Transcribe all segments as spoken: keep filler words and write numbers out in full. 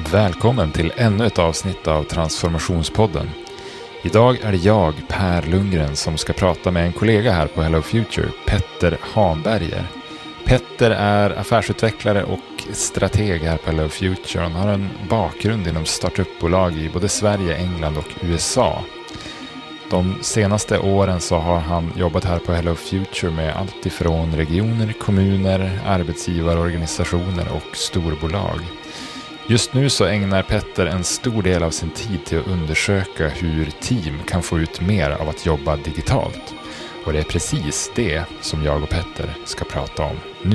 Välkommen till ännu ett avsnitt av Transformationspodden. Idag är det jag, Per Lundgren, som ska prata med en kollega här på Hello Future, Petter Hanberger. Petter är affärsutvecklare och strateg här på Hello Future. Han har en bakgrund inom startupbolag i både Sverige, England och U S A. De senaste åren så har han jobbat här på Hello Future med allt ifrån regioner, kommuner, arbetsgivarorganisationer och storbolag. Just nu så ägnar Petter en stor del av sin tid till att undersöka hur team kan få ut mer av att jobba digitalt. Och det är precis det som jag och Petter ska prata om nu.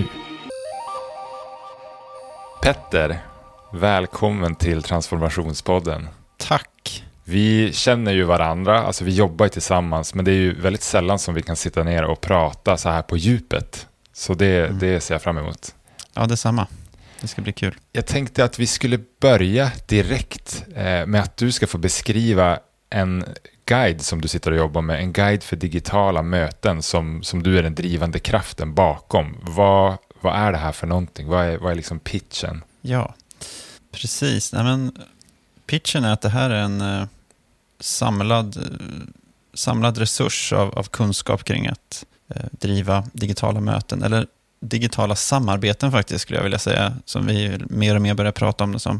Petter, välkommen till Transformationspodden. Tack. Vi känner ju varandra, alltså vi jobbar tillsammans, men det är ju väldigt sällan som vi kan sitta ner och prata så här på djupet. Så det, mm. det ser jag fram emot. Ja, detsamma. Det ska bli kul. Jag tänkte att vi skulle börja direkt eh, med att du ska få beskriva en guide som du sitter och jobbar med. En guide för digitala möten som, som du är den drivande kraften bakom. Vad, vad är det här för någonting? Vad är, vad är liksom pitchen? Ja, precis. Nej, men pitchen är att det här är en eh, samlad, eh, samlad resurs av, av kunskap kring att eh, driva digitala möten. Eller digitala samarbeten faktiskt, skulle jag vilja säga, som vi mer och mer börjar prata om det som.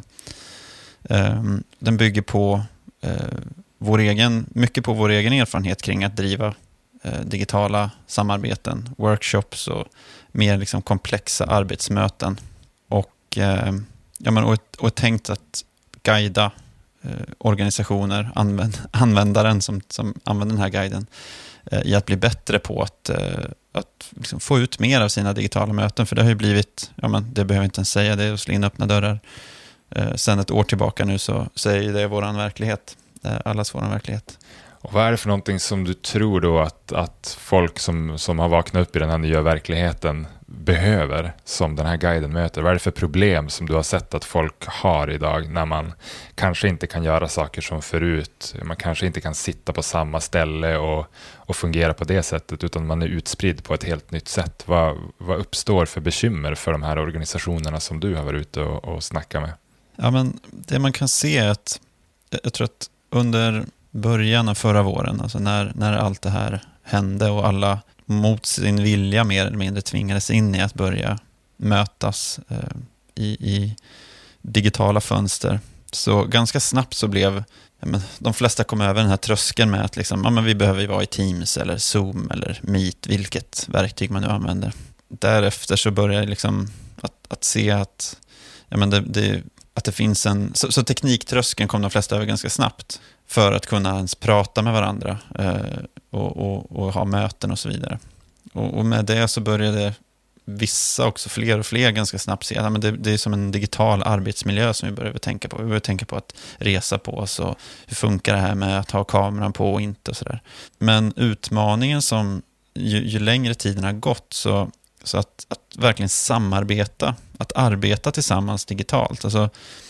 Um, den bygger på uh, vår egen, mycket på vår egen erfarenhet kring att driva uh, digitala samarbeten, workshops och mer liksom komplexa arbetsmöten. Och, uh, ja, men, och, och tänkt att guida uh, organisationer, använd, användaren som, som använder den här guiden uh, i att bli bättre på att uh, att liksom få ut mer av sina digitala möten. För det har ju blivit, ja men det behöver jag inte ens säga, det är att slå in öppna dörrar. Eh, sen ett år tillbaka nu så, så är det våran verklighet. Eh, allas våran verklighet. Och vad är det för någonting som du tror då att, att folk som, som har vaknat upp i den här nya verkligheten behöver, som den här guiden möter? Vad är det för problem som du har sett att folk har idag när man kanske inte kan göra saker som förut? Man kanske inte kan sitta på samma ställe och, och fungera på det sättet, utan man är utspridd på ett helt nytt sätt. Vad, vad uppstår för bekymmer för de här organisationerna som du har varit ute och, och snackat med? Ja, men det man kan se är att jag tror att under början av förra våren, alltså när, när allt det här hände och alla mot sin vilja mer eller mindre tvingades in i att börja mötas eh, i, i digitala fönster, så ganska snabbt så blev, ja, men, de flesta kom över den här tröskeln med att liksom, ja, men vi behöver vara i Teams eller Zoom eller Meet, vilket verktyg man nu använder. Därefter så började liksom att, att se att, ja, men det, det, att det finns en, så, så tekniktröskeln kom de flesta över ganska snabbt för att kunna ens prata med varandra eh, och, och, och ha möten och så vidare. Och, och med det så började vissa, också fler och fler, ganska snabbt se att ja, det, det är som en digital arbetsmiljö som vi behöver tänka på. Vi behöver tänka på att resa på oss och hur funkar det här med att ha kameran på och inte och sådär. Men utmaningen som ju, ju längre tiden har gått så, så att, att verkligen samarbeta, att arbeta tillsammans digitalt, alltså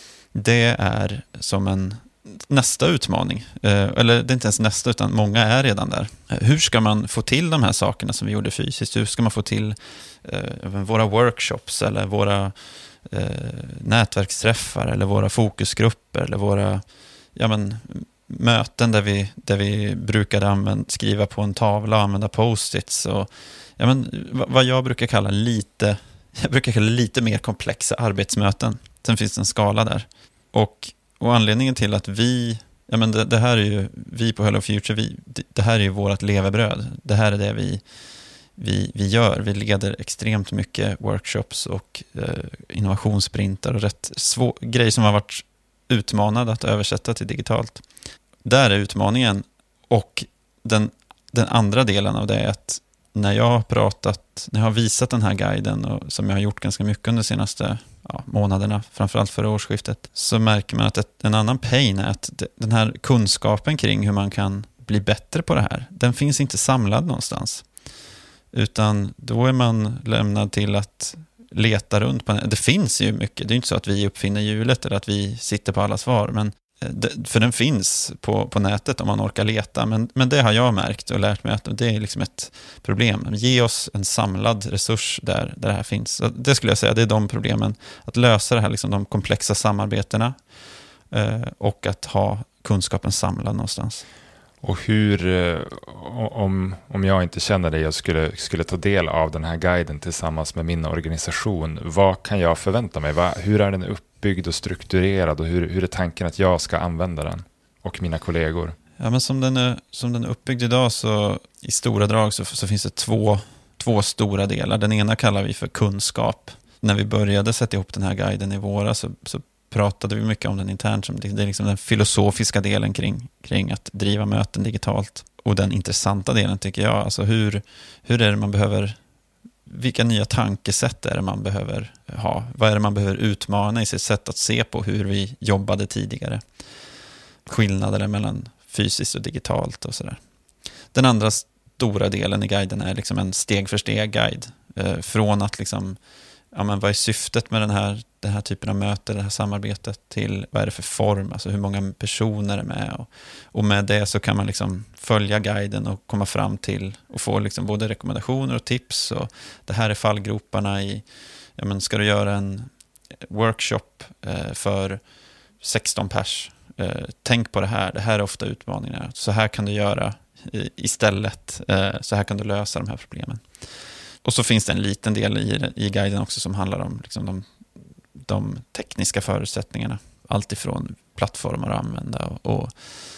det är som en nästa utmaning, eller det är inte ens nästa utan många är redan där. Hur ska man få till de här sakerna som vi gjorde fysiskt? Hur ska man få till eh, våra workshops eller våra eh, nätverksträffar eller våra fokusgrupper eller våra ja, men, möten där vi, där vi brukade använda, skriva på en tavla och använda post-its och ja, men, vad jag brukar kalla lite jag brukar kalla lite mer komplexa arbetsmöten. Sen finns det en skala där. Och Och anledningen till att vi, ja men det, det här är ju, vi på Hello Future, vi, det, det här är ju vårt levebröd. Det här är det vi, vi, vi gör. Vi leder extremt mycket workshops och eh, innovationssprintar och rätt svår, grejer som har varit utmanade att översätta till digitalt. Där är utmaningen. Och den, den andra delen av det är att när jag har pratat, när jag har visat den här guiden och som jag har gjort ganska mycket under de senaste ja, månaderna, framförallt förra årsskiftet, så märker man att ett, en annan pain är att det, den här kunskapen kring hur man kan bli bättre på det här, den finns inte samlad någonstans. Utan då är man lämnad till att leta runt på den. Det finns ju mycket, det är inte så att vi uppfinner hjulet eller att vi sitter på alla svar, men För den finns på, på nätet om man orkar leta. Men, men det har jag märkt och lärt mig att det är liksom ett problem. Ge oss en samlad resurs där, där det här finns. Så det skulle jag säga, det är de problemen. Att lösa det här, liksom de komplexa samarbetena eh, och att ha kunskapen samlad någonstans. Och hur, om, om jag inte känner dig och skulle, skulle ta del av den här guiden tillsammans med min organisation, vad kan jag förvänta mig? Vad, hur är den uppbyggd och strukturerad och hur, hur är tanken att jag ska använda den och mina kollegor? Ja, men som den är, som den är uppbyggd idag så i stora drag så, så finns det två, två stora delar. Den ena kallar vi för kunskap. När vi började sätta ihop den här guiden i våras så, så pratade vi mycket om den internt. Som det är liksom den filosofiska delen kring, kring att driva möten digitalt. Och den intressanta delen tycker jag, alltså hur, hur är det man behöver, vilka nya tankesätt är det man behöver ha? Vad är det man behöver utmana i sitt sätt att se på hur vi jobbade tidigare? Skillnader mellan fysiskt och digitalt och sådär. Den andra stora delen i guiden är liksom en steg för steg guide. Eh, från att liksom, ja, men vad är syftet med den här, den här typen av möte, det här samarbetet, till vad är det för form, alltså hur många personer är med. Och, och med det så kan man liksom följa guiden och komma fram till och få liksom både rekommendationer och tips. Och det här är fallgroparna i, ja, men ska du göra en workshop eh, för sexton pers, eh, tänk på det här, det här är ofta utmaningar. Så här kan du göra istället, eh, så här kan du lösa de här problemen. Och så finns det en liten del i, i guiden också som handlar om liksom de, de tekniska förutsättningarna. Allt ifrån plattformar att använda och, och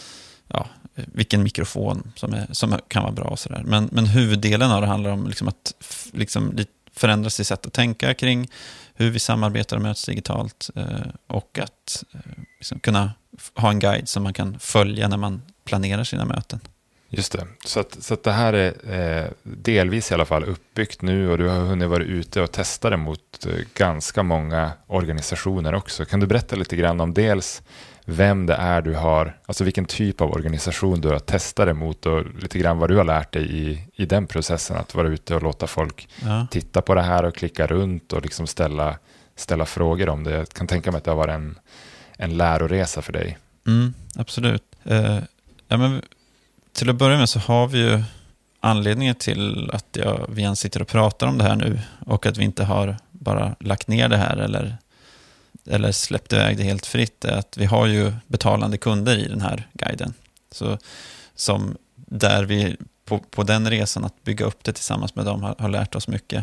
ja, vilken mikrofon som, är, som kan vara bra och sådär. Men, men huvuddelen av det handlar om liksom att liksom förändra sitt sätt att tänka kring hur vi samarbetar och möts digitalt eh, och att eh, liksom kunna ha en guide som man kan följa när man planerar sina möten. Just det, så att, så att det här är eh, delvis i alla fall uppbyggt nu och du har hunnit vara ute och testa det mot eh, ganska många organisationer också. Kan du berätta lite grann om dels vem det är du har, alltså vilken typ av organisation du har testat det mot och lite grann vad du har lärt dig i, i den processen att vara ute och låta folk ja. titta på det här och klicka runt och liksom ställa, ställa frågor om det. Jag kan tänka mig att det har varit en, en läroresa för dig. Mm, absolut. Uh, ja, men till att börja med så har vi ju anledningen till att jag, vi ens sitter och pratar om det här nu och att vi inte har bara lagt ner det här eller, eller släppt iväg det helt fritt är att vi har ju betalande kunder i den här guiden. Så, som där vi på, på den resan att bygga upp det tillsammans med dem har, har lärt oss mycket.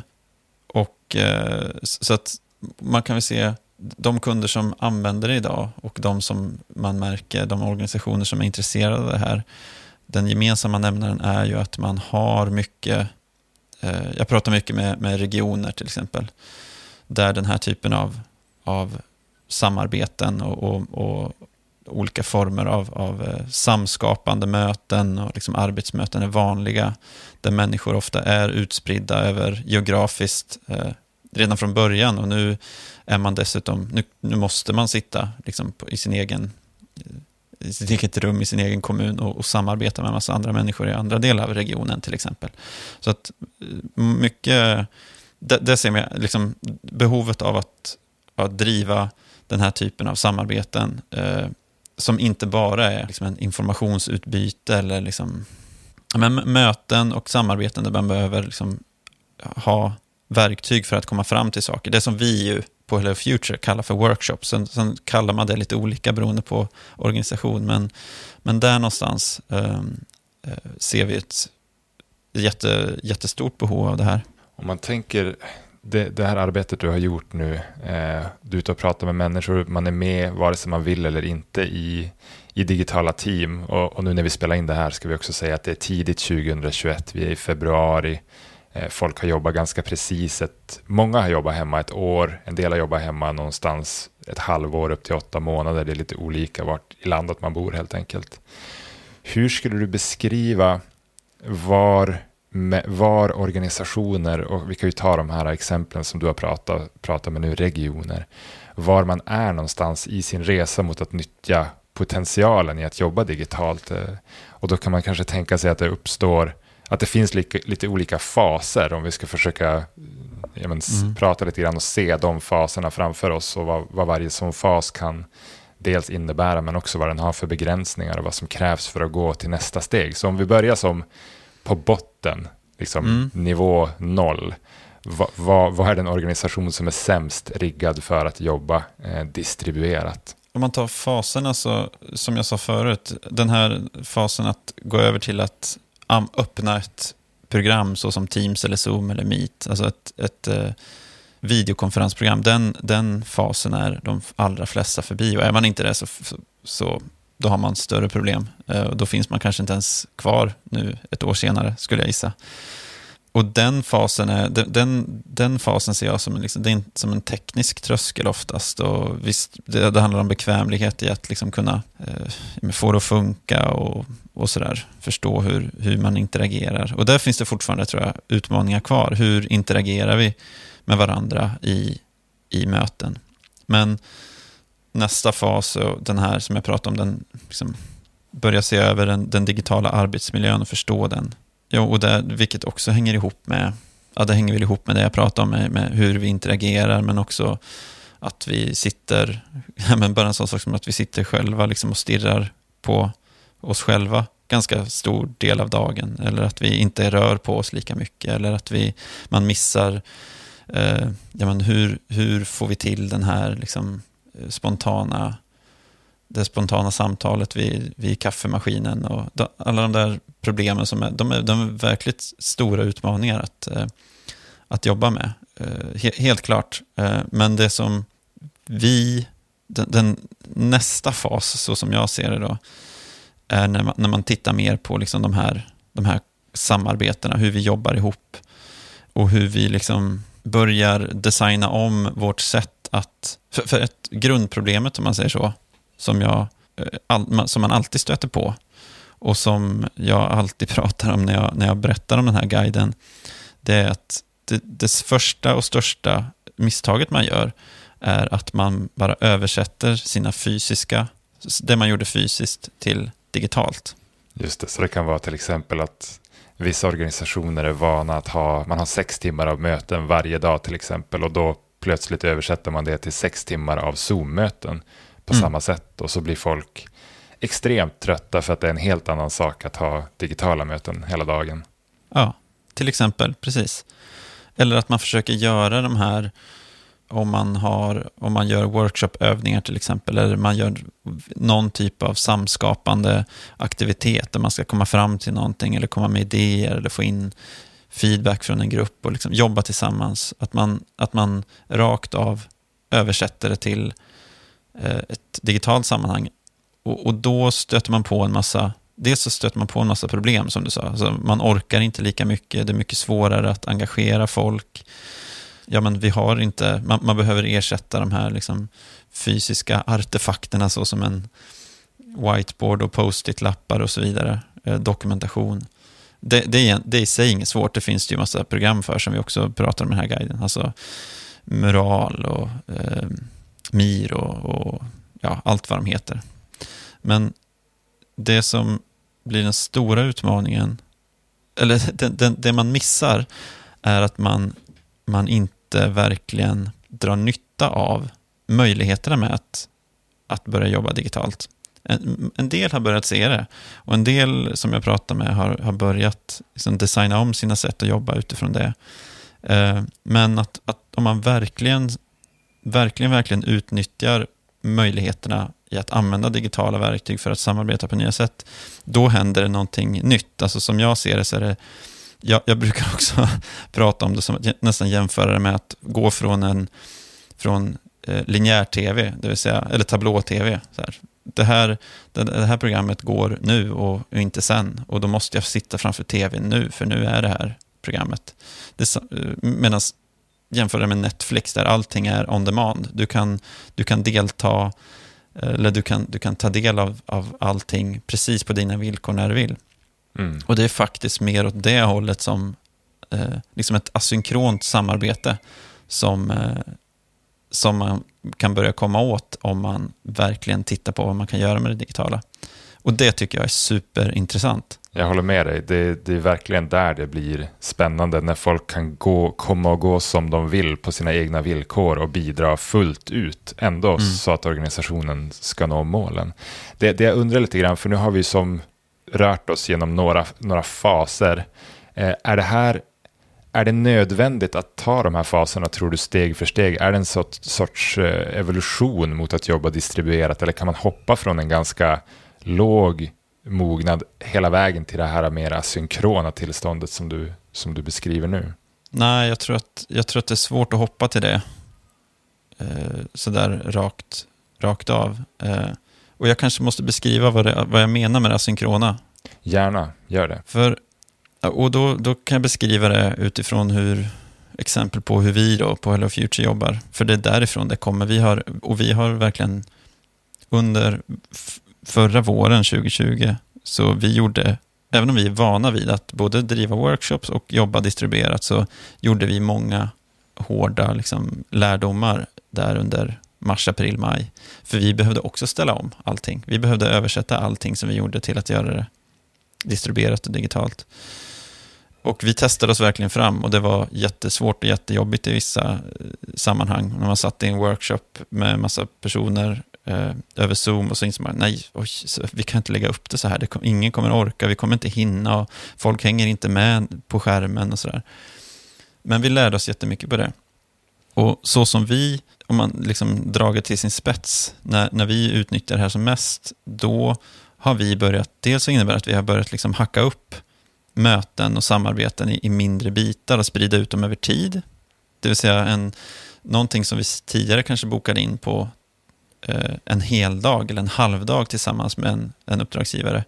Och eh, så att man kan väl se de kunder som använder det idag och de som man märker, de organisationer som är intresserade av det här. Den gemensamma nämnaren är ju att man har mycket, eh, jag pratar mycket med, med regioner till exempel, där den här typen av, av samarbeten och, och, och olika former av, av eh, samskapande möten och liksom arbetsmöten är vanliga, där människor ofta är utspridda över geografiskt eh, redan från början och nu är man dessutom, nu, nu måste man sitta liksom på, i sin egen i sitt eget rum i sin egen kommun och, och samarbeta med en massa andra människor i andra delar av regionen till exempel. Så att mycket, det, det ser man liksom behovet av att, att driva den här typen av samarbeten eh, som inte bara är liksom en informationsutbyte eller liksom, men möten och samarbeten där man behöver liksom ha verktyg för att komma fram till saker. Det som vi ju på Hello Future kallar för workshops. Sen, sen kallar man det lite olika beroende på organisation. Men, men där någonstans eh, ser vi ett jätte, jättestort behov av det här. Om man tänker det, det här arbetet du har gjort nu, eh, du är ute och pratar med människor, man är med vare sig man vill eller inte i, i digitala team. Och, och nu när vi spelar in det här ska vi också säga att det är tidigt tjugohundratjugoett, vi är i februari. Folk har jobbat ganska precis, ett, många har jobbat hemma ett år, en del har jobbat hemma någonstans ett halvår upp till åtta månader, det är lite olika vart i landet man bor helt enkelt. Hur skulle du beskriva var, var organisationer, och vi kan ju ta de här exemplen som du har pratat, pratat med nu, regioner, var man är någonstans i sin resa mot att nyttja potentialen i att jobba digitalt, och då kan man kanske tänka sig att det uppstår att det finns lite, lite olika faser om vi ska försöka ja men, mm. prata lite grann och se de faserna framför oss och vad, vad varje sån fas kan dels innebära men också vad den har för begränsningar och vad som krävs för att gå till nästa steg. Så om vi börjar som på botten, liksom mm. nivå noll, vad, vad, vad är den organisation som är sämst riggad för att jobba eh, distribuerat? Om man tar faserna så, som jag sa förut, den här fasen att gå över till att um, öppna ett program så som Teams eller Zoom eller Meet, alltså ett, ett eh, videokonferensprogram, den, den fasen är de allra flesta förbi. Och är man inte det så, så, så då har man större problem. Eh, och då finns man kanske inte ens kvar nu ett år senare, skulle jag gissa. Och den fasen, är, den, den, den fasen ser jag som en, liksom, det är som en teknisk tröskel oftast. Och visst, det, det handlar om bekvämlighet i att liksom kunna eh, få det att funka och, och sådär. Förstå hur, hur man interagerar. Och där finns det fortfarande, tror jag, utmaningar kvar. Hur interagerar vi med varandra i, i möten? Men nästa fas, och den här som jag pratade om, den liksom, börja se över den, den digitala arbetsmiljön och förstå den. Jo, och det, vilket också hänger ihop med, ja, det hänger väl ihop med det jag pratade om, med, med hur vi interagerar, men också att vi sitter, ja, men bara en sån sak som att vi sitter själva liksom och stirrar på oss själva ganska stor del av dagen, eller att vi inte rör på oss lika mycket, eller att vi, man missar eh, ja, men hur, hur får vi till den här liksom, spontana det spontana samtalet vid, vid kaffemaskinen och då, alla de där problemen som är, de är, de är verkligt stora utmaningar att, eh, att jobba med. Eh, he, helt klart. Eh, men det som vi, den, den nästa fas, så som jag ser det då, är när man, när man tittar mer på liksom de här, de här samarbetena, hur vi jobbar ihop och hur vi liksom börjar designa om vårt sätt att, för, för ett grundproblemet, om man säger så, som, jag, all, som man alltid stöter på och som jag alltid pratar om när jag, när jag berättar om den här guiden, det är att det, det första och största misstaget man gör är att man bara översätter sina fysiska, det man gjorde fysiskt, till digitalt. Just det, så det kan vara till exempel att vissa organisationer är vana att ha, man har sex timmar av möten varje dag till exempel, och då plötsligt översätter man det till sex timmar av Zoom-möten på mm. samma sätt, och så blir folk extremt trötta för att det är en helt annan sak att ha digitala möten hela dagen. Ja, till exempel, precis. Eller att man försöker göra de här, om man har, om man gör workshopövningar till exempel, eller man gör någon typ av samskapande aktivitet där man ska komma fram till någonting eller komma med idéer eller få in feedback från en grupp och liksom jobba tillsammans. Att man, att man rakt av översätter det till ett digitalt sammanhang, och, och då stöter man på en massa, dels så stöter man på en massa problem som du sa, alltså man orkar inte lika mycket, det är mycket svårare att engagera folk, ja men vi har inte, man, man behöver ersätta de här liksom fysiska artefakterna så som en whiteboard och post-it-lappar och så vidare, eh, dokumentation. Det, det, är, det är i sig inget svårt, det finns ju en massa program för som vi också pratar om i den här guiden, alltså Mural och eh, Mir och, och ja, allt vad de heter. Men det som blir den stora utmaningen, eller det, det, det man missar, är att man, man inte verkligen drar nytta av möjligheterna med att, att börja jobba digitalt. En, en del har börjat se det, och en del som jag pratar med har, har börjat liksom designa om sina sätt att jobba utifrån det. Eh, men att, att om man verkligen verkligen, verkligen utnyttjar möjligheterna i att använda digitala verktyg för att samarbeta på nya sätt, då händer det någonting nytt. Alltså som jag ser det så är det, jag, jag brukar också prata om det som att nästan jämföra det med att gå från en från eh, linjär tv, det vill säga, eller tablå-tv. Så här. Det, här, det, det här programmet går nu och, och inte sen, och då måste jag sitta framför tvn nu, för nu är det här programmet. Det, medan jämför det med Netflix där allting är on demand. Du kan, du kan delta eller du kan, du kan ta del av, av allting precis på dina villkor när du vill. Mm. Och det är faktiskt mer åt det hållet som eh, liksom ett asynkront samarbete som, eh, som man kan börja komma åt om man verkligen tittar på vad man kan göra med det digitala. Och det tycker jag är superintressant. Jag håller med dig. Det, det är verkligen där det blir spännande. När folk kan gå, komma och gå som de vill på sina egna villkor och bidra fullt ut ändå mm. så att organisationen ska nå målen. Det, det jag undrar lite grann, för nu har vi som rört oss genom några, några faser. Eh, är det här Är det nödvändigt att ta de här faserna, tror du, steg för steg? Är det en sorts, sorts evolution mot att jobba distribuerat, eller kan man hoppa från en ganska låg mognad hela vägen till det här mer asynkrona tillståndet som du, som du beskriver nu? Nej, jag tror att, jag tror att det är svårt att hoppa till det eh, sådär rakt, rakt av. Eh, och jag kanske måste beskriva vad, det, vad jag menar med det asynkrona. Gärna, gör det. För Och då, då kan jag beskriva det utifrån hur, exempel på hur vi då på Hello Future jobbar. För det är därifrån det kommer. Vi har, och vi har verkligen under f- förra våren tjugo tjugo, så vi gjorde, även om vi är vana vid att både driva workshops och jobba distribuerat, så gjorde vi många hårda liksom, lärdomar där under mars, april, maj. För vi behövde också ställa om allting. Vi behövde översätta allting som vi gjorde till att göra det distribuerat och digitalt. Och vi testade oss verkligen fram, och det var jättesvårt och jättejobbigt i vissa sammanhang. När man satt i en workshop med massa personer eh, över Zoom, och så insåg man, nej, oj, vi kan inte lägga upp det så här. Det kom, ingen kommer orka, vi kommer inte hinna, och folk hänger inte med på skärmen och sådär. Men vi lärde oss jättemycket på det. Och så som vi, om man liksom drar det till sin spets, när, när vi utnyttjar det här som mest, då har vi börjat, dels så innebär att vi har börjat liksom hacka upp möten och samarbeten i, i mindre bitar och sprida ut dem över tid. Det vill säga en, någonting som vi tidigare kanske bokade in på eh, en hel dag eller en halvdag tillsammans med en, en uppdragsgivare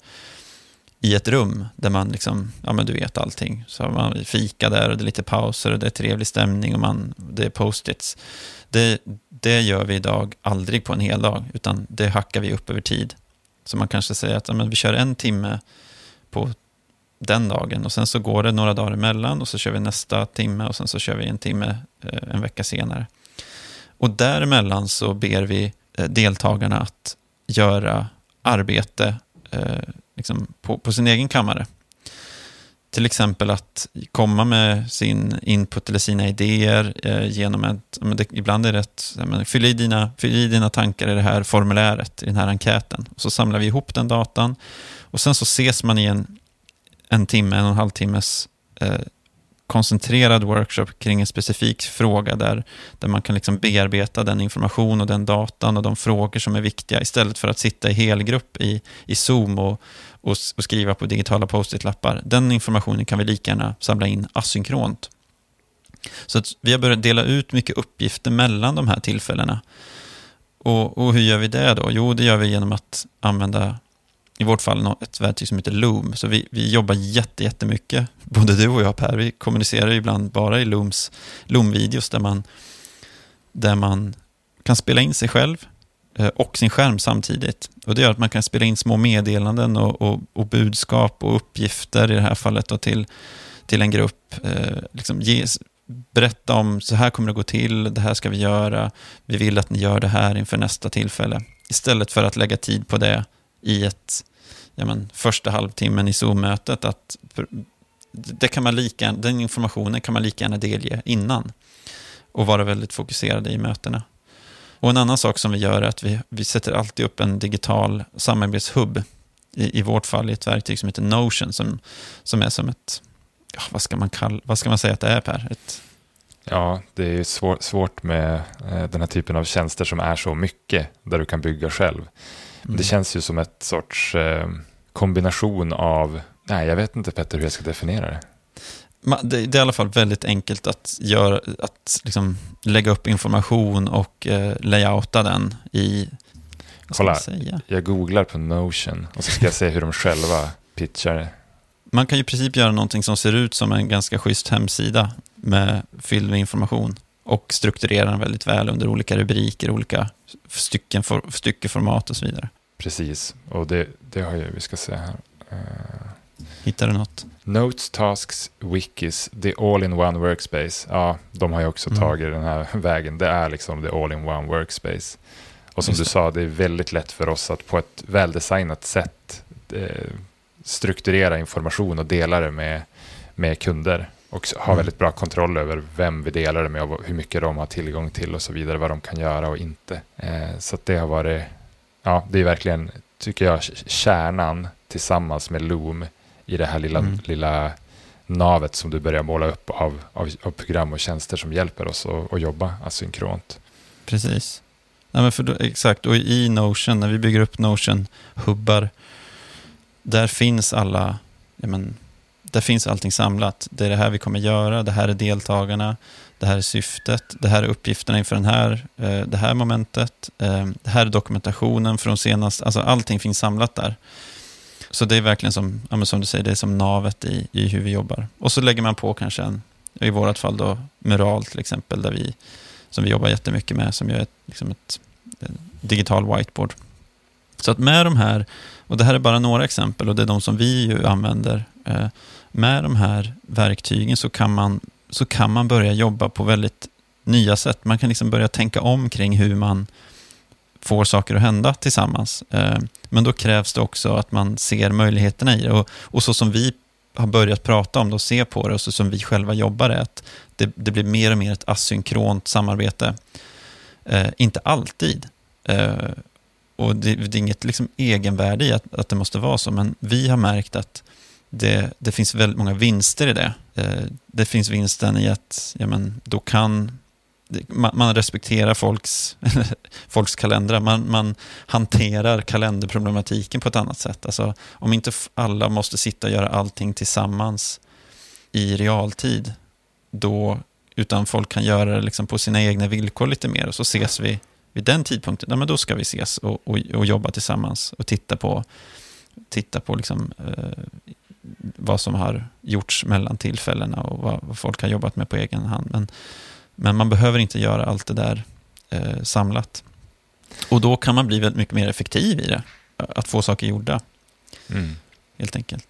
i ett rum där man liksom, ja men du vet allting. Så har man fika där, och det är lite pauser, och det är trevlig stämning, och man, det är post-its. Det, det gör vi idag aldrig på en hel dag, utan det hackar vi upp över tid. Så man kanske säger att ja, men vi kör en timme på den dagen, och sen så går det några dagar emellan, och så kör vi nästa timme, och sen så kör vi en timme eh, en vecka senare. Och däremellan så ber vi eh, deltagarna att göra arbete eh, liksom på, på sin egen kammare. Till exempel att komma med sin input eller sina idéer eh, genom ett, men det, ibland är det ett, men fyll, i dina, fyll i dina tankar i det här formuläret, i den här enkäten. Och så samlar vi ihop den datan, och sen så ses man i en, en timme, en och en halv timmes eh, koncentrerad workshop kring en specifik fråga där, där man kan liksom bearbeta den information och den datan och de frågor som är viktiga, istället för att sitta i helgrupp i, i Zoom och, och, och skriva på digitala post-it-lappar. Den informationen kan vi lika gärna samla in asynkront. Så att vi har börjat dela ut mycket uppgifter mellan de här tillfällena. Och, och hur gör vi det då? Jo, det gör vi genom att använda, i vårt fall, ett verktyg som heter Loom. Så vi, vi jobbar jätte, jättemycket, både du och jag, Per. Vi kommunicerar ibland bara i Looms, Loom-videos där man, där man kan spela in sig själv och sin skärm samtidigt. Och det gör att man kan spela in små meddelanden och, och, och budskap och uppgifter, i det här fallet då, till, till en grupp. Eh, liksom ge, berätta om, så här kommer det gå till, det här ska vi göra, vi vill att ni gör det här inför nästa tillfälle. Istället för att lägga tid på det i ett, ja men, första halvtimmen i Zoom-mötet, att det kan man lika, den informationen kan man lika gärna delge innan och vara väldigt fokuserade i mötena. Och en annan sak som vi gör är att vi, vi sätter alltid upp en digital samarbetshubb, i, i vårt fall i ett verktyg som heter Notion, som, som är som ett, ja, vad ska man kalla, vad ska man säga att det är, Per? Ett... Ja, det är svår, svårt med eh, den här typen av tjänster som är så mycket, där du kan bygga själv. Mm. Det känns ju som ett sorts eh, kombination av, nej jag vet inte, Petter, hur jag ska definiera det. Det, det är i alla fall väldigt enkelt att, göra, att liksom lägga upp information och eh, layouta den i... Kolla, jag googlar på Notion och så ska jag se hur de själva pitchar det. Man kan ju i princip göra någonting som ser ut som en ganska schysst hemsida med fylld med information och strukturera den väldigt väl under olika rubriker, olika stycken, for, styckeformat och så vidare. Precis, och det, det har ju, vi ska se här. Uh... Hittar du något? Notes, Tasks, Wikis, the all-in-one workspace. Ja, de har ju också mm. tagit den här vägen. Det är liksom the all-in-one workspace. Och som Just du det. sa, det är väldigt lätt för oss att på ett väldesignat sätt eh, strukturera information och dela det med, med kunder. Och ha Mm. väldigt bra kontroll över vem vi delar det med och hur mycket de har tillgång till och så vidare, vad de kan göra och inte. Eh, så att det har varit, ja, det är verkligen, tycker jag, kärnan tillsammans med Loom i det här lilla, Mm. lilla navet som du börjar måla upp av, av, av program och tjänster som hjälper oss att, att jobba asynkront. Precis. Ja, men för då, exakt, och i Notion, när vi bygger upp Notion-hubbar, där finns alla, ja, men, där finns allting samlat. Det är det här vi kommer göra, det här är deltagarna, det här är syftet, det här är uppgifterna inför den här, eh, det här momentet, eh, det här är dokumentationen från senast, alltså allting finns samlat där. Så det är verkligen som, ja, men som du säger, det är som navet i, i hur vi jobbar. Och så lägger man på kanske en, i vårat fall då, Mural till exempel, där vi, som vi jobbar jättemycket med, som gör ett, liksom ett, ett digital whiteboard. Så att med de här, och det här är bara några exempel och det är de som vi ju använder, eh, med de här verktygen så kan man, så kan man börja jobba på väldigt nya sätt. Man kan liksom börja tänka om kring hur man får saker att hända tillsammans. Eh, men då krävs det också att man ser möjligheterna i det. Och, och så som vi har börjat prata om det och se på det, och så som vi själva jobbar, är att det, det blir mer och mer ett asynkront samarbete. Eh, inte alltid. Eh, och det, det är inget liksom egenvärde i att, att det måste vara så, men vi har märkt att det, det finns väldigt många vinster i det. Eh, det finns vinsten i att, ja, men, då kan man, man respekterar folks, folks kalendrar. Man, man hanterar kalenderproblematiken på ett annat sätt. Alltså, om inte alla måste sitta och göra allting tillsammans i realtid, då, utan folk kan göra det liksom på sina egna villkor lite mer, och så ses vi vid den tidpunkten. Ja, men då ska vi ses och, och, och jobba tillsammans och titta på, titta på liksom, eh, vad som har gjorts mellan tillfällena och vad, vad folk har jobbat med på egen hand. Men Men man behöver inte göra allt det där eh, samlat. Och då kan man bli väldigt mycket mer effektiv i det. Att få saker gjorda. Mm. Helt enkelt.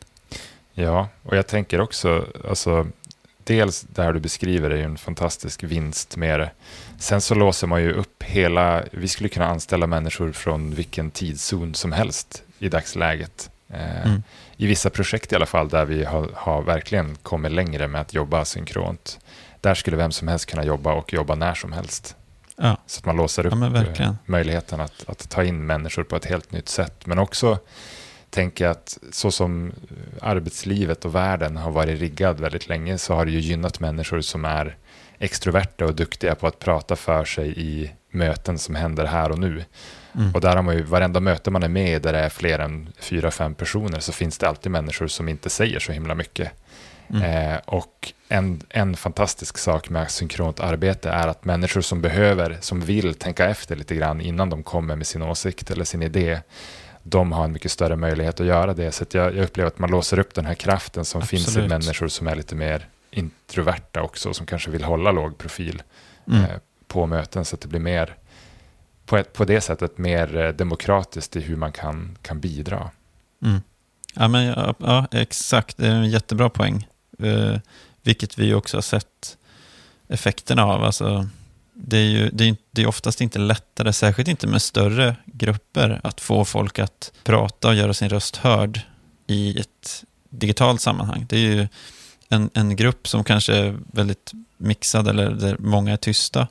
Ja, och jag tänker också, alltså, dels där du beskriver är ju en fantastisk vinst med det. Sen så låser man ju upp hela, vi skulle kunna anställa människor från vilken tidszon som helst i dagsläget. Eh, Mm. I vissa projekt i alla fall där vi har, har verkligen kommit längre med att jobba synkront. Där skulle vem som helst kunna jobba och jobba när som helst. Ja. Så att man låser upp Ja, men verkligen. möjligheten att, att ta in människor på ett helt nytt sätt. Men också tänker jag att så som arbetslivet och världen har varit riggad väldigt länge, så har det ju gynnat människor som är extroverta och duktiga på att prata för sig i möten som händer här och nu. Mm. Och där har man ju, varenda möte man är med i där det är fler än fyra, fem personer, så finns det alltid människor som inte säger så himla mycket. Mm. Eh, och en, en fantastisk sak med asynkront arbete är att människor som behöver, som vill tänka efter lite grann innan de kommer med sin åsikt eller sin idé, de har en mycket större möjlighet att göra det. Så att jag, jag upplever att man låser upp den här kraften som Absolut. finns i människor som är lite mer introverta också, som kanske vill hålla låg profil mm. eh, på möten, så att det blir mer på, ett, på det sättet mer eh, demokratiskt i hur man kan, kan bidra. Mm. Ja, men, ja, ja, exakt. Det är en jättebra poäng. Eh, vilket vi också har sett effekterna av. Alltså, det är ju det är, det är oftast inte lättare, särskilt inte med större grupper, att få folk att prata och göra sin röst hörd i ett digitalt sammanhang. Det är ju en, en grupp som kanske är väldigt mixad, eller där många är tysta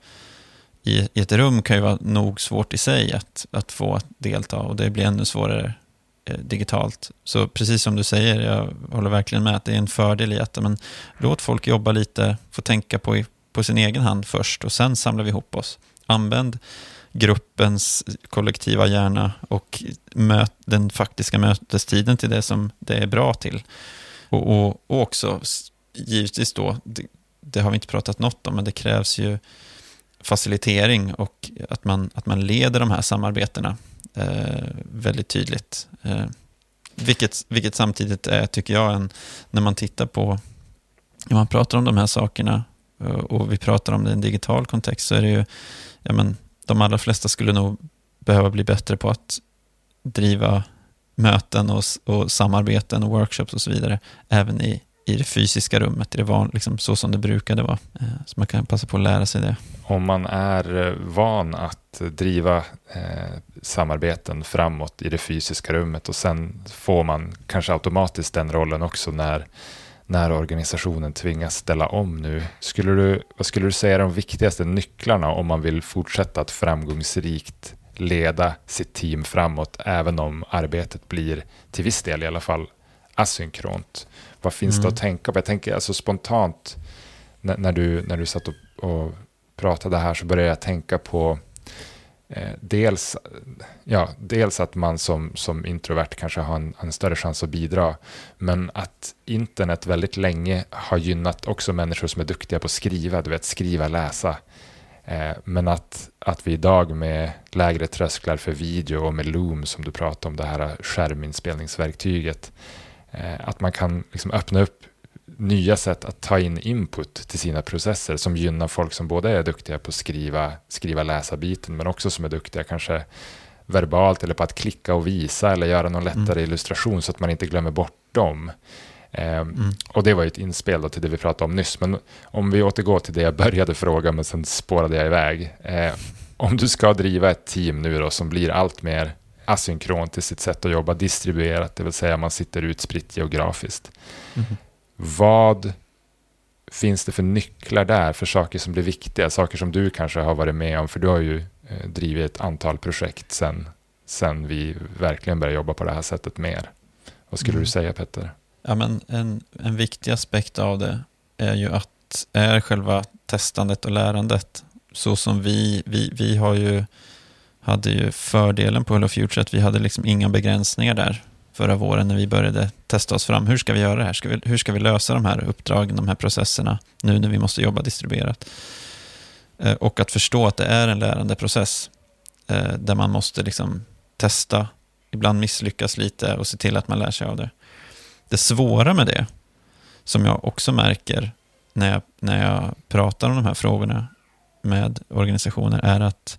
i, i ett rum, kan ju vara nog svårt i sig att, att få att delta, och det blir ännu svårare digitalt. Så precis som du säger, jag håller verkligen med att det är en fördel i att, men, låt folk jobba lite, få tänka på, på sin egen hand först, och sen samlar vi ihop oss. Använd gruppens kollektiva hjärna och möt, den faktiska mötestiden till det som det är bra till. Och, och, och också givetvis då, det, det har vi inte pratat något om, men det krävs ju facilitering och att man, att man leder de här samarbetena Eh, väldigt tydligt. Eh, vilket, vilket samtidigt är, tycker jag, en, när man tittar på, när man pratar om de här sakerna och, och vi pratar om det i en digital kontext, så är det ju, ja, men, de allra flesta skulle nog behöva bli bättre på att driva möten och, och samarbeten och workshops och så vidare, även i, i det fysiska rummet, i det van, liksom så som det brukade vara. Så man kan passa på att lära sig det. Om man är van att driva eh, samarbeten framåt i det fysiska rummet och sen får man kanske automatiskt den rollen också när, när organisationen tvingas ställa om nu. Skulle du, vad skulle du säga är de viktigaste nycklarna om man vill fortsätta att framgångsrikt leda sitt team framåt, även om arbetet blir till viss del i alla fall asynkront? Vad finns mm. det att tänka på? Jag tänker alltså spontant när, när, du, när du satt och, och pratade här så började jag tänka på eh, dels, ja, dels att man som, som introvert kanske har en, en större chans att bidra, men att internet väldigt länge har gynnat också människor som är duktiga på att skriva, du vet, skriva, läsa. Eh, men att, att vi idag med lägre trösklar för video och med Loom som du pratade om, det här skärminspelningsverktyget, eh, att man kan liksom öppna upp nya sätt att ta in input till sina processer som gynnar folk som både är duktiga på att skriva, skriva läsa biten, men också som är duktiga kanske verbalt eller på att klicka och visa eller göra någon lättare mm. illustration så att man inte glömmer bort dem. Eh, mm. Och det var ju ett inspel då till det vi pratade om nyss. Men om vi återgår till det jag började fråga men sen spårade jag iväg. Eh, om du ska driva ett team nu då som blir allt mer asynkront i sitt sätt att jobba, distribuerat, det vill säga man sitter utspritt geografiskt. Mm. Vad finns det för nycklar där för saker som blir viktiga? Saker som du kanske har varit med om, för du har ju eh, drivit ett antal projekt sen, sen vi verkligen började jobba på det här sättet mer. Vad skulle mm. du säga, Petter? Ja, men en, en viktig aspekt av det är ju att är själva testandet och lärandet. Så som vi, vi, vi har ju, hade ju fördelen på Hello Future att vi hade liksom inga begränsningar där förra våren när vi började testa oss fram. Hur ska vi göra det här? Ska vi, hur ska vi lösa de här uppdragen, de här processerna nu när vi måste jobba distribuerat? Eh, och att förstå att det är en lärande process eh, där man måste liksom testa, ibland misslyckas lite och se till att man lär sig av det. Det svåra med det, som jag också märker när jag, när jag pratar om de här frågorna med organisationer, är att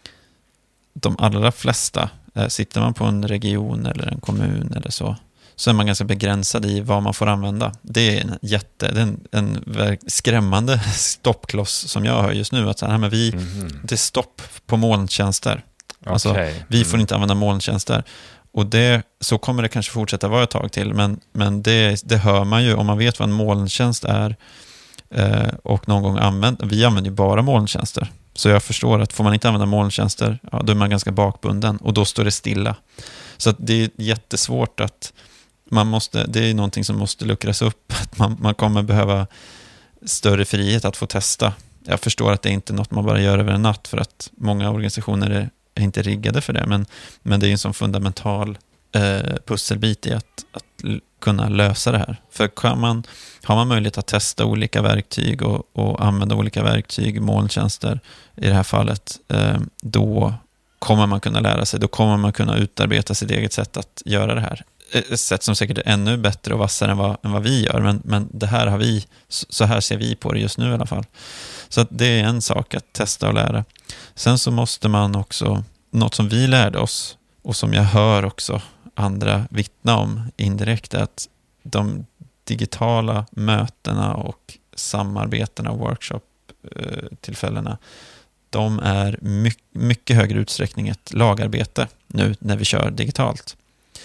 de allra flesta, sitter man på en region eller en kommun eller så, så är man ganska begränsad i vad man får använda. Det är en jätte, det är en, en skrämmande stoppkloss som jag hör just nu, att så här, men vi, mm-hmm. det är stopp på molntjänster. Okay. Alltså, vi får inte använda molntjänster. Och det, så kommer det kanske fortsätta vara ett tag till, men, men det, det hör man ju om man vet vad en molntjänst är eh, och någon gång använder, vi använder ju bara molntjänster. Så jag förstår att får man inte använda molntjänster, ja, då är man ganska bakbunden och då står det stilla. Så att det är jättesvårt att man måste, det är någonting som måste luckras upp, att man, man kommer behöva större frihet att få testa. Jag förstår att det är inte något man bara gör över en natt, för att många organisationer är är inte riggade för det, men, men det är en sån fundamental eh, pusselbit i att, att l- kunna lösa det här. För kan man, har man möjlighet att testa olika verktyg och, och använda olika verktyg, molntjänster i det här fallet, eh, då kommer man kunna lära sig, då kommer man kunna utarbeta sitt eget sätt att göra det här. Ett sätt som säkert är ännu bättre och vassare än vad, än vad vi gör, men, men det här har vi, så här ser vi på det just nu i alla fall. Så att det är en sak att testa och lära. Sen så måste man också, något som vi lärde oss och som jag hör också andra vittna om indirekt, är att de digitala mötena och samarbetena och workshop-tillfällena, de är mycket, mycket högre utsträckning ett lagarbete nu när vi kör digitalt.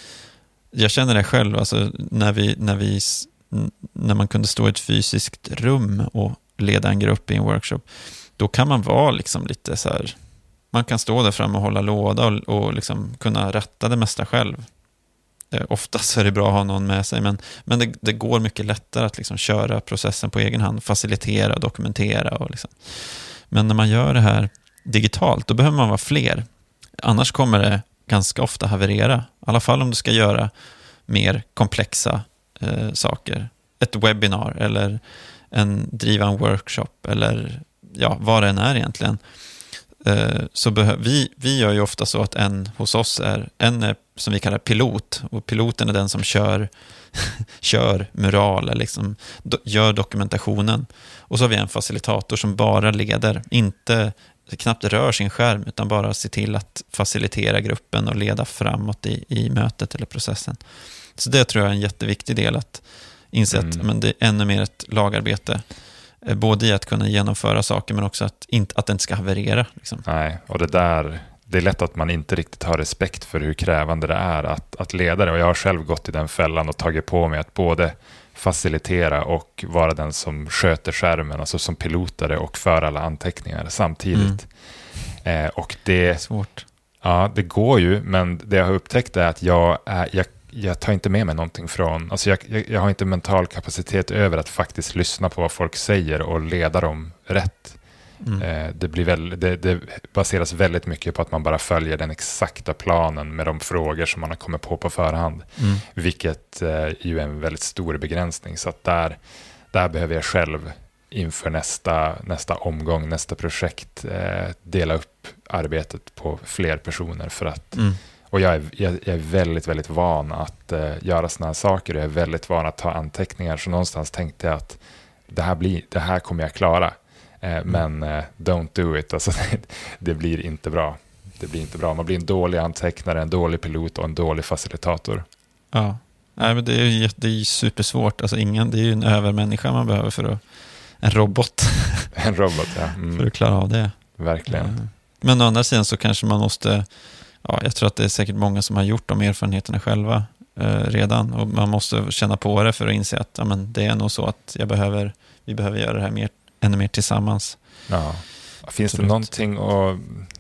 Jag känner det själv, alltså när, vi, när, vi, när man kunde stå i ett fysiskt rum och leda en grupp i en workshop, då kan man vara liksom lite så här, man kan stå där fram och hålla låda och, och liksom kunna rätta det mesta själv. Eh, oftast är det bra att ha någon med sig, men, men det, det går mycket lättare att liksom köra processen på egen hand, facilitera och dokumentera. Och liksom. Men när man gör det här digitalt, då behöver man vara fler. Annars kommer det ganska ofta haverera. I alla fall om du ska göra mer komplexa eh, saker. Ett webbinar eller en, driva en workshop eller ja, vad det än är egentligen. Eh, så behö- vi, vi gör ju ofta så att en hos oss är en är, som vi kallar pilot. Och piloten är den som kör, kör mural, liksom, do, gör dokumentationen. Och så har vi en facilitator som bara leder, inte knappt rör sin skärm, utan bara se till att facilitera gruppen och leda framåt i, i mötet eller processen. Så det tror jag är en jätteviktig del, att inse att Mm. men det är ännu mer ett lagarbete. Eh, både i att kunna genomföra saker men också att, inte, att det inte ska haverera. Liksom. Nej, och det där, det är lätt att man inte riktigt har respekt för hur krävande det är att, att leda det. Och jag har själv gått i den fällan och tagit på mig att både facilitera och vara den som sköter skärmen, alltså som pilotare och för alla anteckningar samtidigt. Mm. Eh, och det, Svårt. Ja, det går ju, men det jag har upptäckt är att jag, är, jag, jag tar inte med mig någonting från, alltså jag, jag, jag har inte mental kapacitet över att faktiskt lyssna på vad folk säger och leda dem rätt. Mm. Eh, det, blir väl, det, det baseras väldigt mycket på att man bara följer den exakta planen med de frågor som man har kommit på på förhand. Mm. Vilket eh, ju är en väldigt stor begränsning. Så att där, där behöver jag själv inför nästa, nästa omgång, nästa projekt eh, dela upp arbetet på fler personer. För att, mm. Och jag är, jag, jag är väldigt, väldigt van att eh, göra såna här saker. Jag är väldigt van att ta anteckningar. Så någonstans tänkte jag att det här, blir, det här kommer jag klara. Mm. Men uh, don't do it. Alltså, det blir inte bra. Det blir inte bra. Man blir en dålig antecknare, en dålig pilot och en dålig facilitator. Ja, nej, men det är ju det är supersvårt. Alltså, ingen, det är ju en övermänniska man behöver för att... En robot. En robot, ja. Mm. För att klara av det. Verkligen. Men å andra sidan så kanske man måste... Ja, jag tror att det är säkert många som har gjort de erfarenheterna själva eh, redan. Och man måste känna på det för att inse att ja, men det är nog så att jag behöver, vi behöver göra det här mer ännu mer tillsammans. Ja. Finns Absolut. det någonting och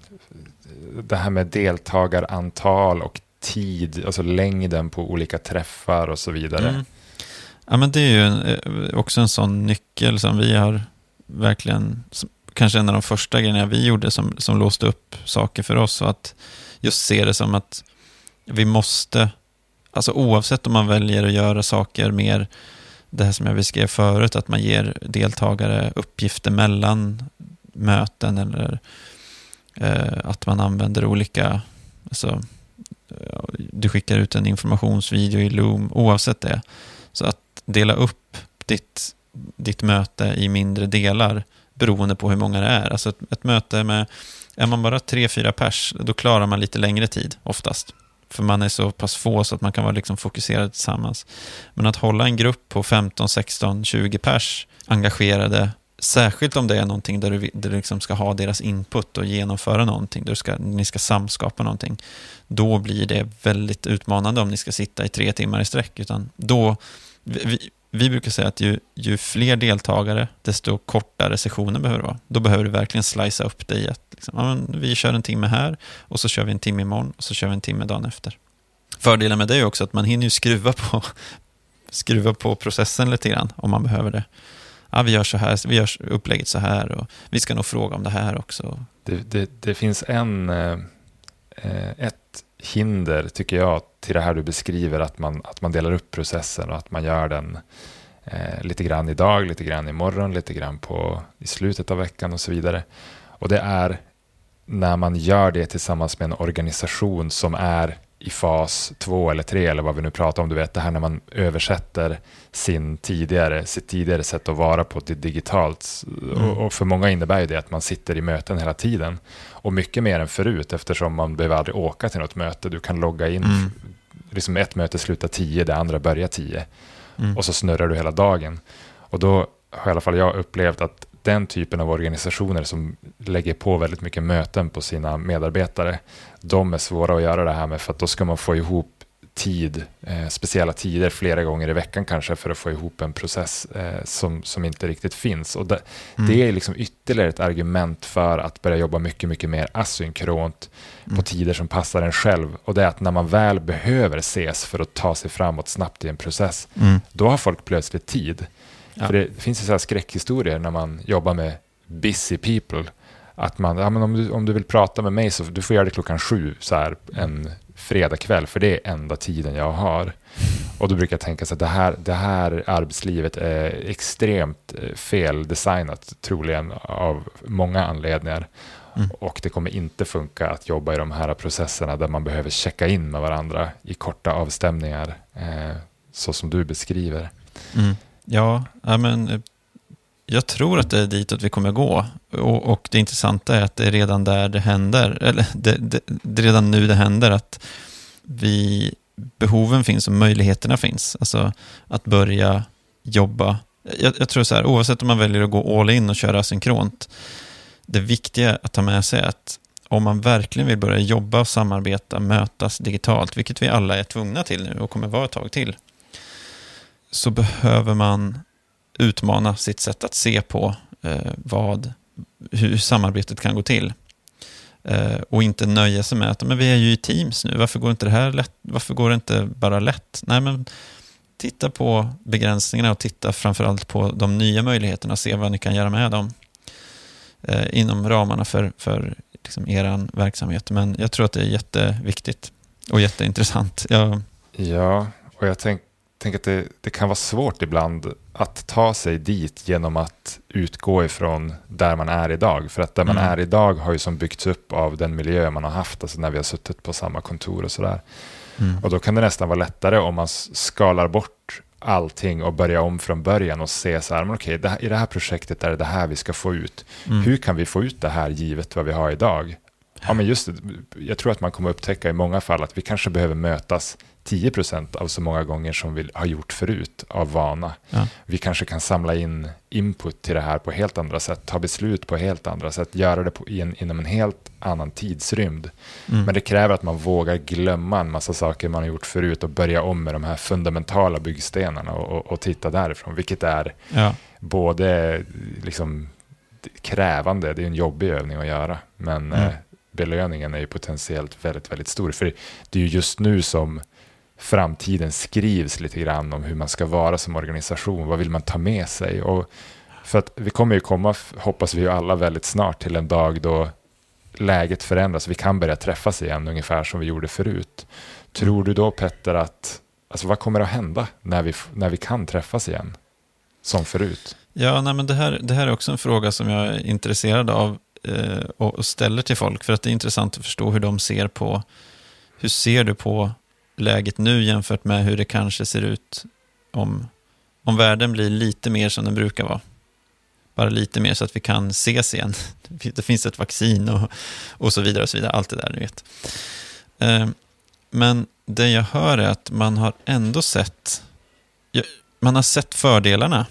det här med deltagarantal och tid, alltså längden på olika träffar och så vidare? Mm. Ja, men det är ju en, också en sån nyckel som vi har verkligen, kanske en av de första grejerna vi gjorde som, som låste upp saker för oss, och att just se det som att vi måste, alltså oavsett om man väljer att göra saker mer det här som jag beskrev förut, att man ger deltagare uppgifter mellan möten eller eh, att man använder olika, alltså du skickar ut en informationsvideo i Loom, oavsett det. Så att dela upp ditt, ditt möte i mindre delar beroende på hur många det är. Alltså ett, ett möte med, är man bara tre, fyra pers, då klarar man lite längre tid oftast. För man är så pass få så att man kan vara liksom fokuserad tillsammans. Men att hålla en grupp på femton, sexton, tjugo pers engagerade, särskilt om det är någonting där du, där du liksom ska ha deras input och genomföra någonting, där du ska, ni ska samskapa någonting, då blir det väldigt utmanande om ni ska sitta i tre timmar i sträck. Utan då, vi, vi brukar säga att ju, ju fler deltagare, desto kortare sessioner behöver det vara. Då behöver du verkligen slicea upp det i att liksom, ja, men vi kör en timme här och så kör vi en timme imorgon och så kör vi en timme dagen efter. Fördelen med det är också att man hinner ju skruva på, skruva på processen lite grann om man behöver det. Ja, vi gör så här, vi gör upplägget så här och vi ska nog fråga om det här också. Det, det, det finns en eh, ett hinder, tycker jag, till det här du beskriver, att man, att man delar upp processen och att man gör den eh, lite grann idag, lite grann imorgon, lite grann på, i slutet av veckan och så vidare. Och det är när man gör det tillsammans med en organisation som är i fas två eller tre eller vad vi nu pratar om. Du vet det här när man översätter sin tidigare, sitt tidigare sätt att vara på till digitalt. Mm. Och, och för många innebär ju det att man sitter i möten hela tiden. Och mycket mer än förut, eftersom man behöver aldrig åka till något möte. Du kan logga in, mm. liksom ett möte slutar tio, det andra börjar tio. Mm. Och så snurrar du hela dagen. Och då har i alla fall jag upplevt att den typen av organisationer som lägger på väldigt mycket möten på sina medarbetare, de är svåra att göra det här med, för att då ska man få ihop tid, eh, speciella tider flera gånger i veckan kanske, för att få ihop en process eh, som, som inte riktigt finns. Och det, mm. det är liksom ytterligare ett argument för att börja jobba mycket, mycket mer asynkront mm. på tider som passar en själv. Och det är att när man väl behöver ses för att ta sig framåt snabbt i en process, mm. då har folk plötsligt tid. Ja. För det finns ju så här skräckhistorier när man jobbar med busy people, att man, ja, men om, du, om du vill prata med mig så du får göra det klockan sju så här en fredagkväll, för det är enda tiden jag har. Och då brukar jag tänka så att det här, det här arbetslivet är extremt feldesignat, troligen av många anledningar. Mm. Och det kommer inte funka att jobba i de här processerna där man behöver checka in med varandra i korta avstämningar, eh, så som du beskriver. Mm. Ja, men jag tror att det är dit att vi kommer gå. Och, och det intressanta är att det är redan där det händer, eller det, det, det är redan nu det händer, att vi, behoven finns och möjligheterna finns. Alltså att börja jobba. Jag, jag tror så här, oavsett om man väljer att gå all in och köra asynkront, det viktiga att ta med sig är att om man verkligen vill börja jobba, samarbeta, mötas digitalt, vilket vi alla är tvungna till nu och kommer vara ett tag till, så behöver man utmana sitt sätt att se på eh, vad, hur samarbetet kan gå till. Eh, och inte nöja sig med att men vi är ju i Teams nu, varför går inte det här lätt? Varför går det inte bara lätt? Nej, men titta på begränsningarna och titta framförallt på de nya möjligheterna och se vad ni kan göra med dem eh, inom ramarna för, för liksom er verksamhet. Men jag tror att det är jätteviktigt och jätteintressant. Jag... Ja, och jag tänker tänk att det, det kan vara svårt ibland att ta sig dit genom att utgå ifrån där man är idag. För att där man Mm. är idag har ju som byggts upp av den miljö man har haft, alltså när vi har suttit på samma kontor och sådär. Mm. Och då kan det nästan vara lättare om man skalar bort allting och börjar om från början och se så här, men okej, det här, i det här projektet är det det här vi ska få ut. Mm. Hur kan vi få ut det här givet vad vi har idag? Ja, men just det, jag tror att man kommer upptäcka i många fall att vi kanske behöver mötas tio procent av så många gånger som vi har gjort förut av vana. Ja. Vi kanske kan samla in input till det här på helt andra sätt, ta beslut på helt andra sätt, göra det på, in, inom en helt annan tidsrymd. Mm. Men det kräver att man vågar glömma en massa saker man har gjort förut och börja om med de här fundamentala byggstenarna och, och, och titta därifrån, vilket är Ja. både liksom krävande, det är en jobbig övning att göra, men Mm. eh, belöningen är ju potentiellt väldigt, väldigt stor. För det är ju just nu som framtiden skrivs lite grann om hur man ska vara som organisation. Vad vill man ta med sig? Och för att vi kommer ju komma, hoppas vi ju alla väldigt snart, till en dag då läget förändras. Vi kan börja träffas igen ungefär som vi gjorde förut. Tror du då, Petter, att alltså, vad kommer att hända när vi, när vi kan träffas igen som förut? Ja, nej, men det här, det här är också en fråga som jag är intresserad av eh, och, och ställer till folk, för att det är intressant att förstå hur de ser på, hur ser du på läget nu jämfört med hur det kanske ser ut om, om världen blir lite mer som den brukar vara. Bara lite mer så att vi kan ses igen. Det finns ett vaccin och, och så vidare och så vidare. Allt det där, ni vet. Eh, men det jag hör är att man har ändå sett man har sett fördelarna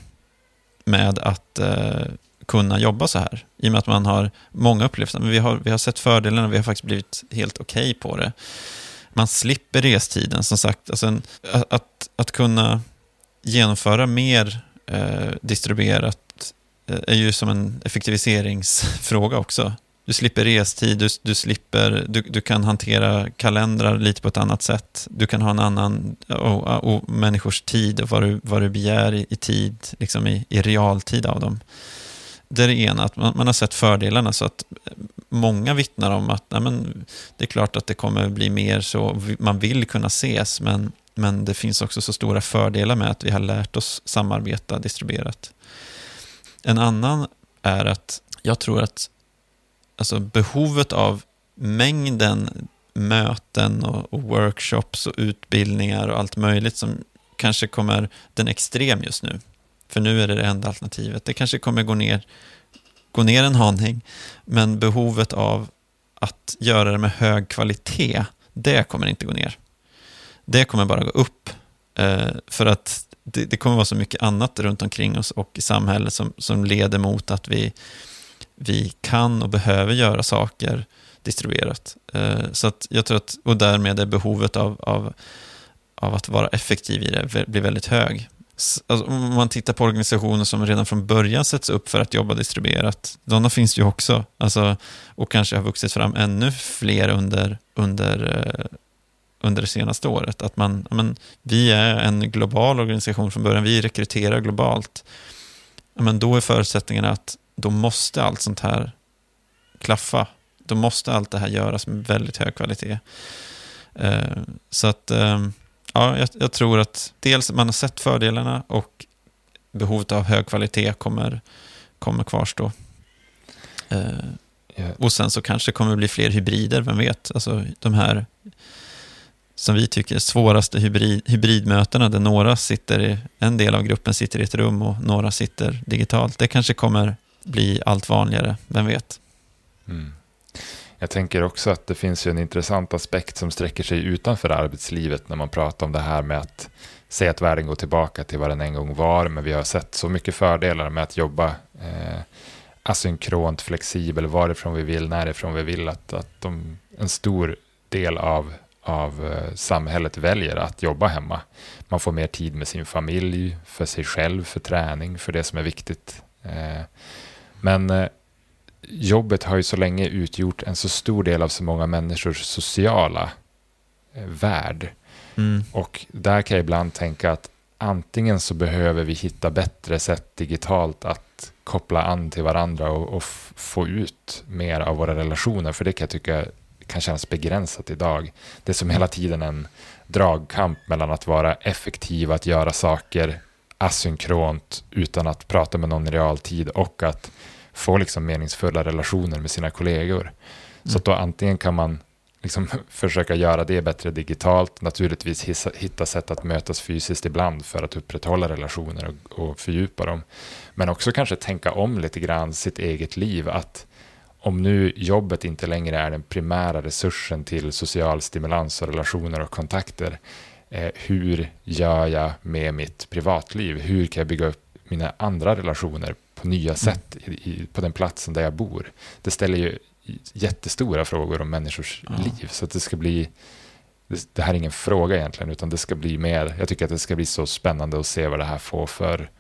med att eh, kunna jobba så här. I och med att man har många upplevelser. Men vi har, vi har sett fördelarna och vi har faktiskt blivit helt okej på det. Man slipper restiden, som sagt. Alltså en, att, att kunna genomföra mer eh, distribuerat eh, är ju som en effektiviseringsfråga också. Du slipper restid, du, du, slipper, du, du kan hantera kalendrar lite på ett annat sätt. Du kan ha en annan och, och människors tid och vad du, vad du begär i, i tid, liksom i, i realtid av dem. Det är det ena, att man, man har sett fördelarna, så att många vittnar om att nej, men, det är klart att det kommer bli mer så, man vill kunna ses, men, men det finns också så stora fördelar med att vi har lärt oss samarbeta distribuerat. En annan är att jag tror att alltså behovet av mängden möten och, och workshops och utbildningar och allt möjligt som kanske kommer den extrem just nu. För nu är det det enda alternativet. Det kanske kommer gå ner, gå ner en aning, men behovet av att göra det med hög kvalitet, det kommer inte gå ner. Det kommer bara gå upp. Eh, för att det, det kommer vara så mycket annat runt omkring oss och i samhället som, som leder mot att vi vi kan och behöver göra saker distribuerat. Eh, så att jag tror att, och därmed är behovet av, av, av att vara effektiv i det blir väldigt hög. Alltså, om man tittar på organisationer som redan från början sätts upp för att jobba distribuerat, sådana finns ju också. Alltså, och kanske har vuxit fram ännu fler under, under, eh, under det senaste året. Att man, men, vi är en global organisation från början, vi rekryterar globalt. Men då är förutsättningarna att då måste allt sånt här klaffa. Då måste allt det här göras med väldigt hög kvalitet. Eh, så att eh, ja, jag, jag tror att dels man har sett fördelarna och behovet av hög kvalitet kommer, kommer kvarstå. Eh, Yeah. Och sen så kanske kommer det bli fler hybrider, vem vet? Alltså de här som vi tycker är svåraste hybrid, hybridmötena, där några sitter i, en del av gruppen sitter i ett rum och några sitter digitalt. Det kanske kommer bli allt vanligare, vem vet? Mm. Jag tänker också att det finns ju en intressant aspekt som sträcker sig utanför arbetslivet när man pratar om det här med att säga att världen går tillbaka till vad den en gång var, men vi har sett så mycket fördelar med att jobba eh, asynkront, flexibel, varifrån vi vill, närifrån vi vill, att, att de, en stor del av, av eh, samhället väljer att jobba hemma. Man får mer tid med sin familj, för sig själv, för träning, för det som är viktigt. Eh, men eh, jobbet har ju så länge utgjort en så stor del av så många människors sociala eh, värld. Mm. Och där kan jag ibland tänka att antingen så behöver vi hitta bättre sätt digitalt att koppla an till varandra och, och f- få ut mer av våra relationer, för det kan jag tycka kan kännas begränsat idag. Det är som hela tiden en dragkamp mellan att vara effektiv, att göra saker asynkront utan att prata med någon i realtid, och att få liksom meningsfulla relationer med sina kollegor. Mm. Så att då antingen kan man liksom försöka göra det bättre digitalt, naturligtvis hissa, hitta sätt att mötas fysiskt ibland för att upprätthålla relationer och, och fördjupa dem. Men också kanske tänka om lite grann sitt eget liv, att om nu jobbet inte längre är den primära resursen till social stimulans och relationer och kontakter, eh, hur gör jag med mitt privatliv? Hur kan jag bygga upp mina andra relationer på nya sätt i, i, på den platsen där jag bor? Det ställer ju jättestora frågor om människors ja. liv, så att det ska bli, det, det här är ingen fråga egentligen, utan det ska bli mer, jag tycker att det ska bli så spännande att se vad det här får för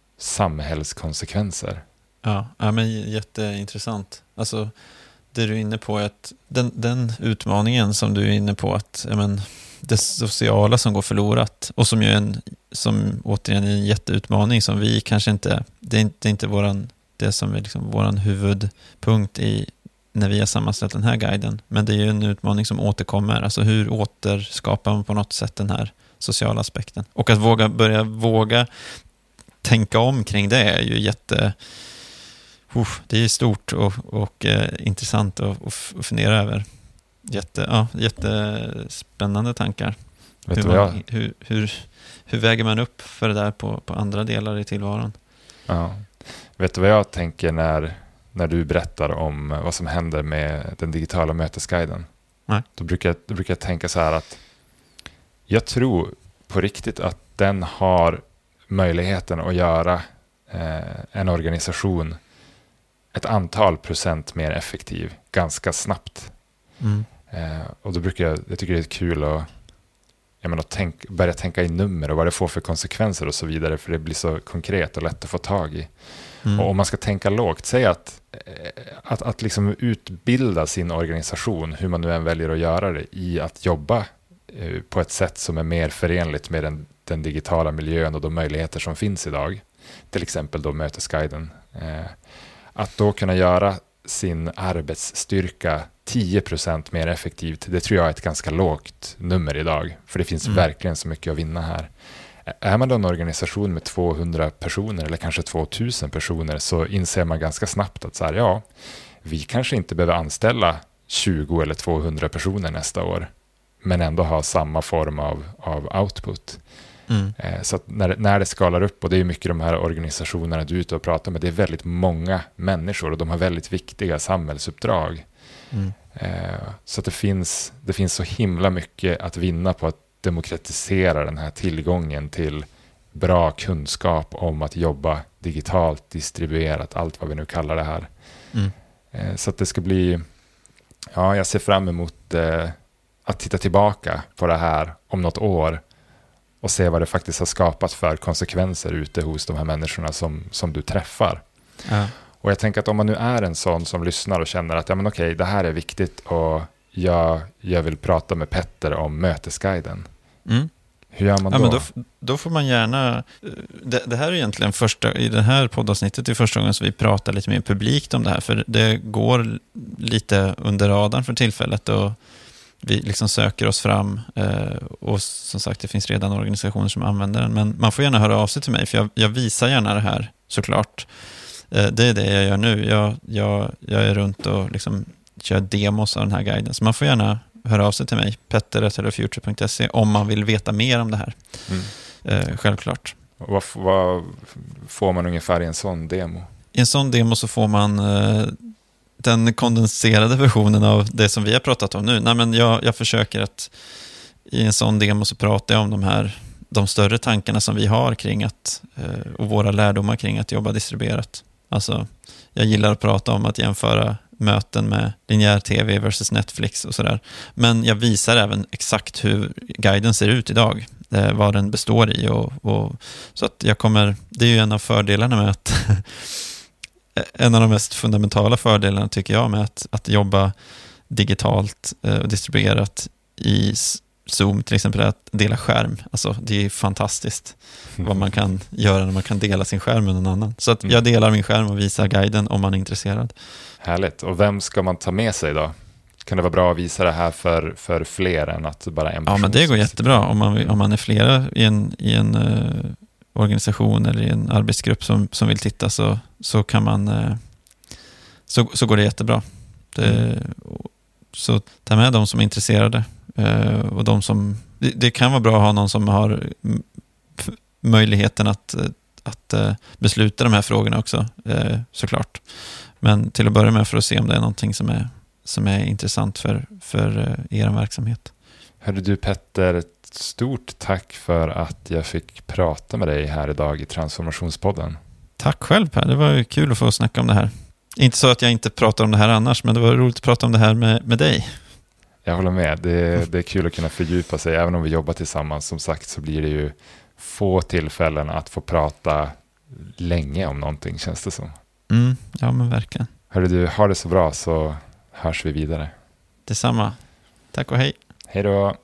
samhällskonsekvenser. Ja, ja men jätteintressant. Alltså det du är inne på är att den, den utmaningen som du är inne på, att ja, men, det sociala som går förlorat, och som ju är en, som återigen är en jätteutmaning som vi kanske inte, det är inte, det är inte våran, det som är liksom våran huvudpunkt i när vi har sammanställt den här guiden, men det är ju en utmaning som återkommer. Alltså hur återskapar man på något sätt den här sociala aspekten? Och att våga börja våga tänka om kring det är ju jätte uh, det är stort och, och eh, intressant att och, och fundera över. Jätte, ja, jättespännande tankar. Vet hur, du vad jag... man, hur, hur, hur väger man upp för det där på, på andra delar i tillvaron? Ja. Vet du vad jag tänker när när du berättar om vad som händer med den digitala mötesguiden? Nej. Då brukar jag, då brukar jag tänka så här att jag tror på riktigt att den har möjligheten att göra eh, en organisation ett antal procent mer effektiv ganska snabbt. Mm. Eh, och då brukar jag, jag tycker det är kul att jag menar, tänk, börja tänka i nummer och vad det får för konsekvenser och så vidare, för det blir så konkret och lätt att få tag i. Mm. Och om man ska tänka lågt, säg att, att, att liksom utbilda sin organisation, hur man nu än väljer att göra det, i att jobba eh, på ett sätt som är mer förenligt med den, den digitala miljön och de möjligheter som finns idag. Till exempel då mötesguiden. Eh, att då kunna göra sin arbetsstyrka tio procent mer effektivt, det tror jag är ett ganska lågt nummer idag. För det finns mm. verkligen så mycket att vinna här. Är man då en organisation med tvåhundra personer eller kanske tvåtusen personer, så inser man ganska snabbt att så här, ja, vi kanske inte behöver anställa tjugo eller tvåhundra personer nästa år, men ändå ha samma form av, av output. Mm. Eh, så att när, när det skalar upp, och det är mycket de här organisationerna du är ute och pratar med, det är väldigt många människor och de har väldigt viktiga samhällsuppdrag. Mm. Eh, så att det finns, det finns så himla mycket att vinna på att demokratisera den här tillgången till bra kunskap om att jobba digitalt, distribuerat, allt vad vi nu kallar det här. Mm. Eh, så att det ska bli, ja, jag ser fram emot eh, att titta tillbaka på det här om något år och se vad det faktiskt har skapat för konsekvenser ute hos de här människorna som, som du träffar. Ja. Och jag tänker att om man nu är en sån som lyssnar och känner att ja, men okej, det här är viktigt och jag, jag vill prata med Petter om mötesguiden. Mm. Hur gör man ja, då? Men då? Då får man gärna... Det, det här är egentligen första... I det här poddavsnittet är första gången som vi pratar lite mer publikt om det här. För det går lite under radarn för tillfället och vi liksom söker oss fram. Och som sagt, det finns redan organisationer som använder den. Men man får gärna höra av sig till mig, för jag, jag visar gärna det här såklart. Det är det jag gör nu. Jag, jag, jag är runt och liksom kör demos av den här guiden. Så man får gärna höra av sig till mig, petter at hello future punkt se, om man vill veta mer om det här. Mm. Eh, självklart. Vad, vad får man ungefär i en sån demo? I en sån demo så får man eh, den kondenserade versionen av det som vi har pratat om nu. Nej, men jag, jag försöker att i en sån demo så pratar jag om de här de större tankarna som vi har kring att, och våra lärdomar kring att jobba distribuerat. Alltså, jag gillar att prata om att jämföra möten med linjär tv versus Netflix och sådär. Men jag visar även exakt hur guiden ser ut idag, vad den består i. Och, och, så att jag kommer, det är ju en av fördelarna med att en av de mest fundamentala fördelarna tycker jag med att, att jobba digitalt och distribuerat i Zoom till exempel, är att dela skärm. Alltså det är fantastiskt mm. vad man kan göra när man kan dela sin skärm med någon annan. Så att jag delar min skärm och visar guiden om man är intresserad. Härligt. Och vem ska man ta med sig då? Kan det vara bra att visa det här för, för fler än att bara en person? Ja, men det går jättebra. Om man, om man är flera i en, i en uh, organisation eller i en arbetsgrupp som, som vill titta, så, så kan man uh, så, så går det jättebra. Det, mm. Så ta med de som är intresserade. Uh, och de som, det, det kan vara bra att ha någon som har f- möjligheten att, att uh, besluta de här frågorna också, uh, såklart. Men till att börja med för att se om det är någonting som är, som är intressant för, för uh, er verksamhet. Hörde du Petter, ett stort tack för att jag fick prata med dig här idag i Transformationspodden. Tack själv Per, det var ju kul att få snacka om det här. Inte så att jag inte pratar om det här annars, men det var roligt att prata om det här med, med dig. Jag håller med. Det, det är kul att kunna fördjupa sig. Även om vi jobbar tillsammans, som sagt, så blir det ju få tillfällen att få prata länge om någonting, känns det som. Mm, ja, men verkligen. Hörru du, ha det så bra så hörs vi vidare. Detsamma. Tack och hej. Hej då.